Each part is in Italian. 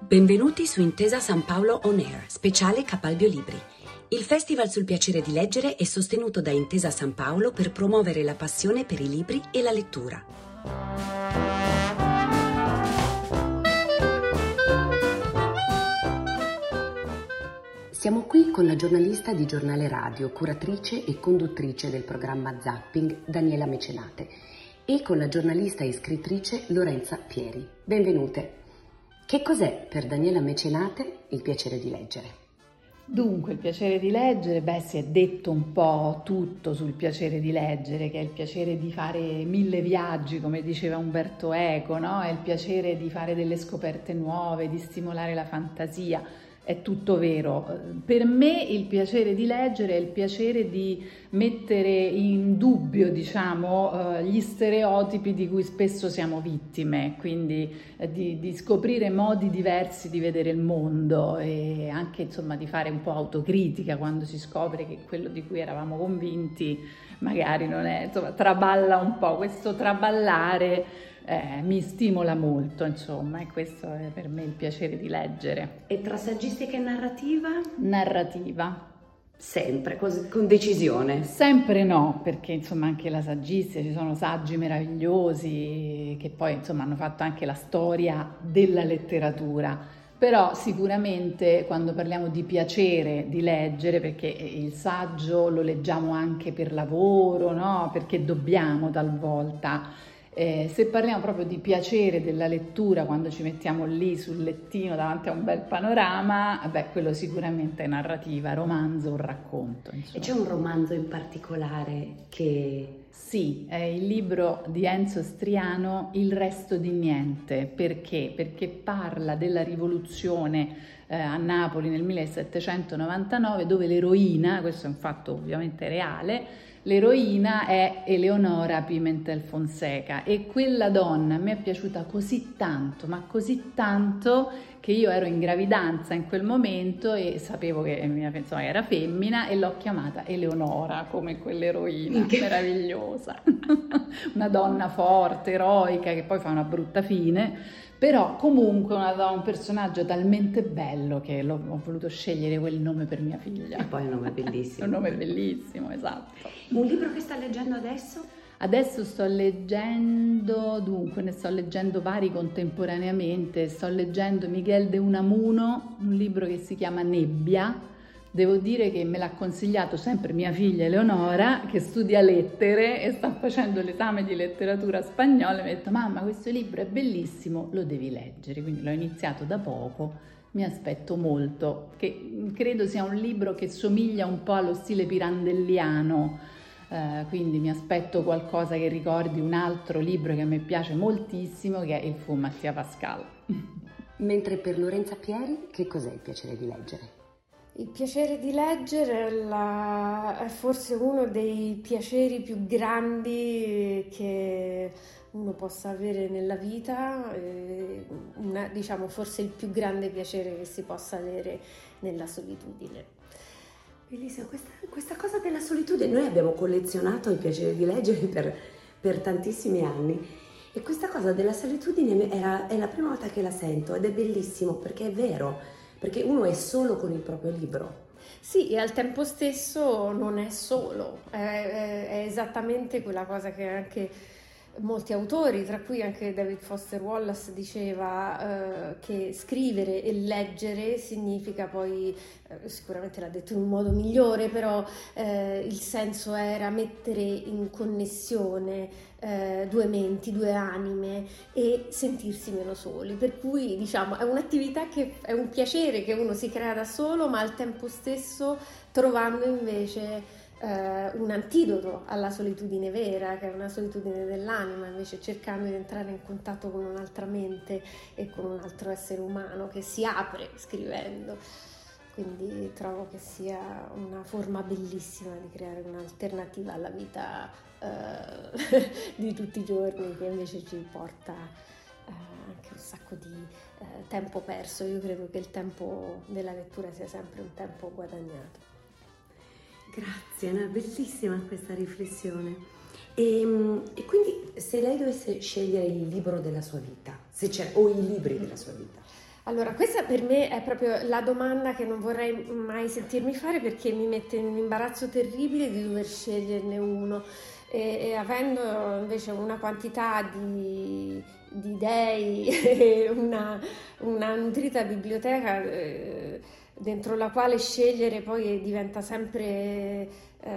Benvenuti su Intesa San Paolo On Air, speciale Capalbio Libri. Il festival sul piacere di leggere è sostenuto da Intesa San Paolo per promuovere la passione per i libri e la lettura. Siamo qui con la giornalista di Giornale Radio, curatrice e conduttrice del programma Zapping, Daniela Mecenate, e con la giornalista e scrittrice Lorenza Pieri. Benvenute. Che cos'è per Daniela Mecenate il piacere di leggere? Dunque, il piacere di leggere, si è detto un po' tutto sul piacere di leggere, che è il piacere di fare 1000 viaggi, come diceva Umberto Eco, no? È il piacere di fare delle scoperte nuove, di stimolare la fantasia. È tutto vero. Per me il piacere di leggere è il piacere di mettere in dubbio, gli stereotipi di cui spesso siamo vittime, quindi di scoprire modi diversi di vedere il mondo e anche di fare un po' autocritica quando si scopre che quello di cui eravamo convinti magari non è, traballa un po'. Questo traballare mi stimola molto, e questo è per me il piacere di leggere. E tra saggistica e narrativa? Narrativa. Sempre, con decisione? Sempre no, perché anche la saggistica, ci sono saggi meravigliosi che poi hanno fatto anche la storia della letteratura. Però sicuramente quando parliamo di piacere di leggere, perché il saggio lo leggiamo anche per lavoro, no? Perché dobbiamo talvolta. Se parliamo proprio di piacere della lettura, quando ci mettiamo lì sul lettino davanti a un bel panorama, quello sicuramente è narrativa, romanzo o racconto. E c'è un romanzo in particolare che... Sì, è il libro di Enzo Striano, Il resto di niente. Perché? Perché parla della rivoluzione a Napoli nel 1799, dove l'eroina, questo è un fatto ovviamente reale, l'eroina è Eleonora Pimentel Fonseca, e quella donna mi è piaciuta così tanto, ma così tanto, che io ero in gravidanza in quel momento e sapevo che era femmina e l'ho chiamata Eleonora come quell'eroina meravigliosa. Una donna forte, eroica, che poi fa una brutta fine. Però comunque un personaggio talmente bello che ho voluto scegliere quel nome per mia figlia. E poi è un nome bellissimo. È un nome bellissimo, esatto. Un libro che sta leggendo adesso? Adesso ne sto leggendo vari contemporaneamente. Sto leggendo Miguel de Unamuno, un libro che si chiama Nebbia. Devo dire che me l'ha consigliato sempre mia figlia Eleonora, che studia lettere e sta facendo l'esame di letteratura spagnola. Mi ha detto: mamma, questo libro è bellissimo, lo devi leggere. Quindi l'ho iniziato da poco, mi aspetto molto, che credo sia un libro che somiglia un po' allo stile pirandelliano, quindi mi aspetto qualcosa che ricordi un altro libro che a me piace moltissimo, che è Il Fu Mattia Pascal. Mentre per Lorenza Pieri, che cos'è il piacere di leggere? Il piacere di leggere è forse uno dei piaceri più grandi che uno possa avere nella vita, forse il più grande piacere che si possa avere nella solitudine. Bellissimo, questa cosa della solitudine, noi abbiamo collezionato il piacere di leggere per tantissimi anni, e questa cosa della solitudine è la prima volta che la sento, ed è bellissimo perché è vero. Perché uno è solo con il proprio libro. Sì, e al tempo stesso non è solo, è esattamente quella cosa che anche molti autori, tra cui anche David Foster Wallace, diceva che scrivere e leggere significa poi, sicuramente l'ha detto in un modo migliore, però il senso era mettere in connessione due menti, due anime e sentirsi meno soli, per cui è un'attività che è un piacere che uno si crea da solo, ma al tempo stesso trovando invece un antidoto alla solitudine vera, che è una solitudine dell'anima, invece cercando di entrare in contatto con un'altra mente e con un altro essere umano che si apre scrivendo. Quindi trovo che sia una forma bellissima di creare un'alternativa alla vita di tutti i giorni, che invece ci porta anche un sacco di tempo perso. Io credo che il tempo della lettura sia sempre un tempo guadagnato. Grazie, è bellissima questa riflessione. E quindi se lei dovesse scegliere il libro della sua vita, o i libri della sua vita, Allora, questa per me è proprio la domanda che non vorrei mai sentirmi fare, perché mi mette in un imbarazzo terribile di dover sceglierne uno. E avendo invece una quantità di dei e una nutrita biblioteca dentro la quale scegliere poi diventa sempre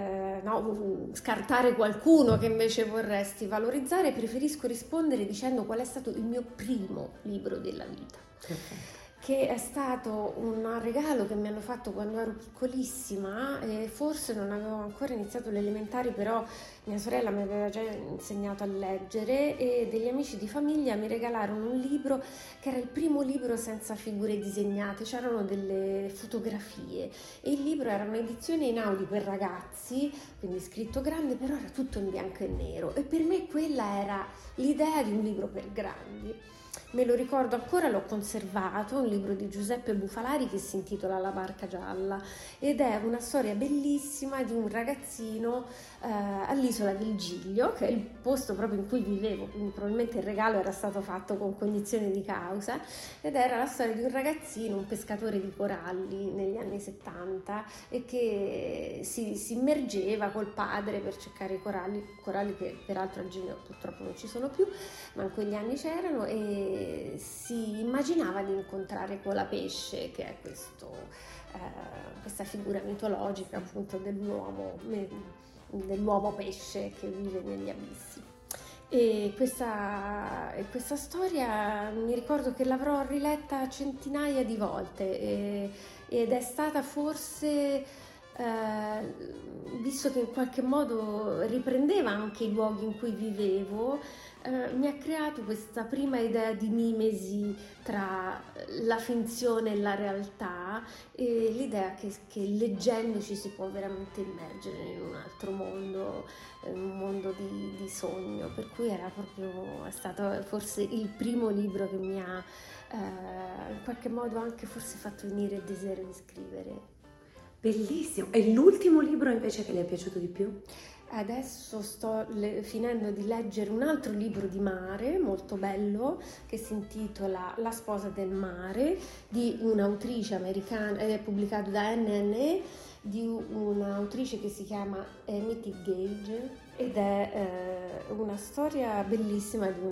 scartare qualcuno che invece vorresti valorizzare, preferisco rispondere dicendo qual è stato il mio primo libro della vita. Che è stato un regalo che mi hanno fatto quando ero piccolissima, e forse non avevo ancora iniziato le elementari, però mia sorella mi aveva già insegnato a leggere, e degli amici di famiglia mi regalarono un libro che era il primo libro senza figure disegnate, c'erano delle fotografie, e il libro era un'edizione in Audi per ragazzi, quindi scritto grande, però era tutto in bianco e nero, e per me quella era l'idea di un libro per grandi. Me lo ricordo ancora, l'ho conservato, un libro di Giuseppe Bufalari che si intitola La barca gialla, ed è una storia bellissima di un ragazzino all'isola del Giglio, che è il posto proprio in cui vivevo, quindi probabilmente il regalo era stato fatto con cognizione di causa, ed era la storia di un ragazzino, un pescatore di coralli negli anni 70, e che si immergeva col padre per cercare i coralli che peraltro a Giglio purtroppo non ci sono più, ma in quegli anni c'erano, e si immaginava di incontrare Colapesce, che è questa figura mitologica appunto dell'uomo pesce che vive negli abissi. E questa storia mi ricordo che l'avrò riletta centinaia di volte, ed è stata forse, visto che in qualche modo riprendeva anche i luoghi in cui vivevo, mi ha creato questa prima idea di mimesi tra la finzione e la realtà, e l'idea che leggendoci si può veramente immergere in un altro mondo, un mondo di sogno, per cui è stato forse il primo libro che mi ha in qualche modo anche forse fatto venire il desiderio di scrivere. Bellissimo! E l'ultimo libro invece che le è piaciuto di più? Adesso sto finendo di leggere un altro libro di mare molto bello che si intitola La sposa del mare, di un'autrice americana, ed è pubblicato da NNE, di un'autrice che si chiama Amity Gage, ed è una storia bellissima di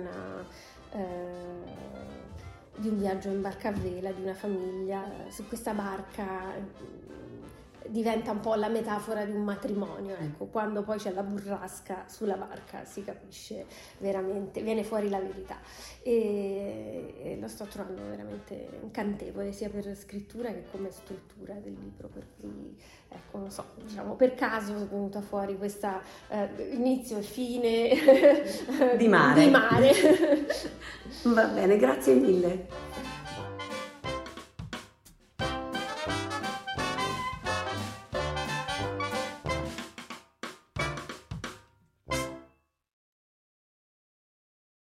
un viaggio in barca a vela di una famiglia. Su questa barca diventa un po' la metafora di un matrimonio, ecco, quando poi c'è la burrasca sulla barca si capisce veramente, viene fuori la verità, e lo sto trovando veramente incantevole sia per scrittura che come struttura del libro, per cui ecco, non so, diciamo per caso è venuta fuori questa inizio e fine di mare. di mare. Va bene, grazie mille.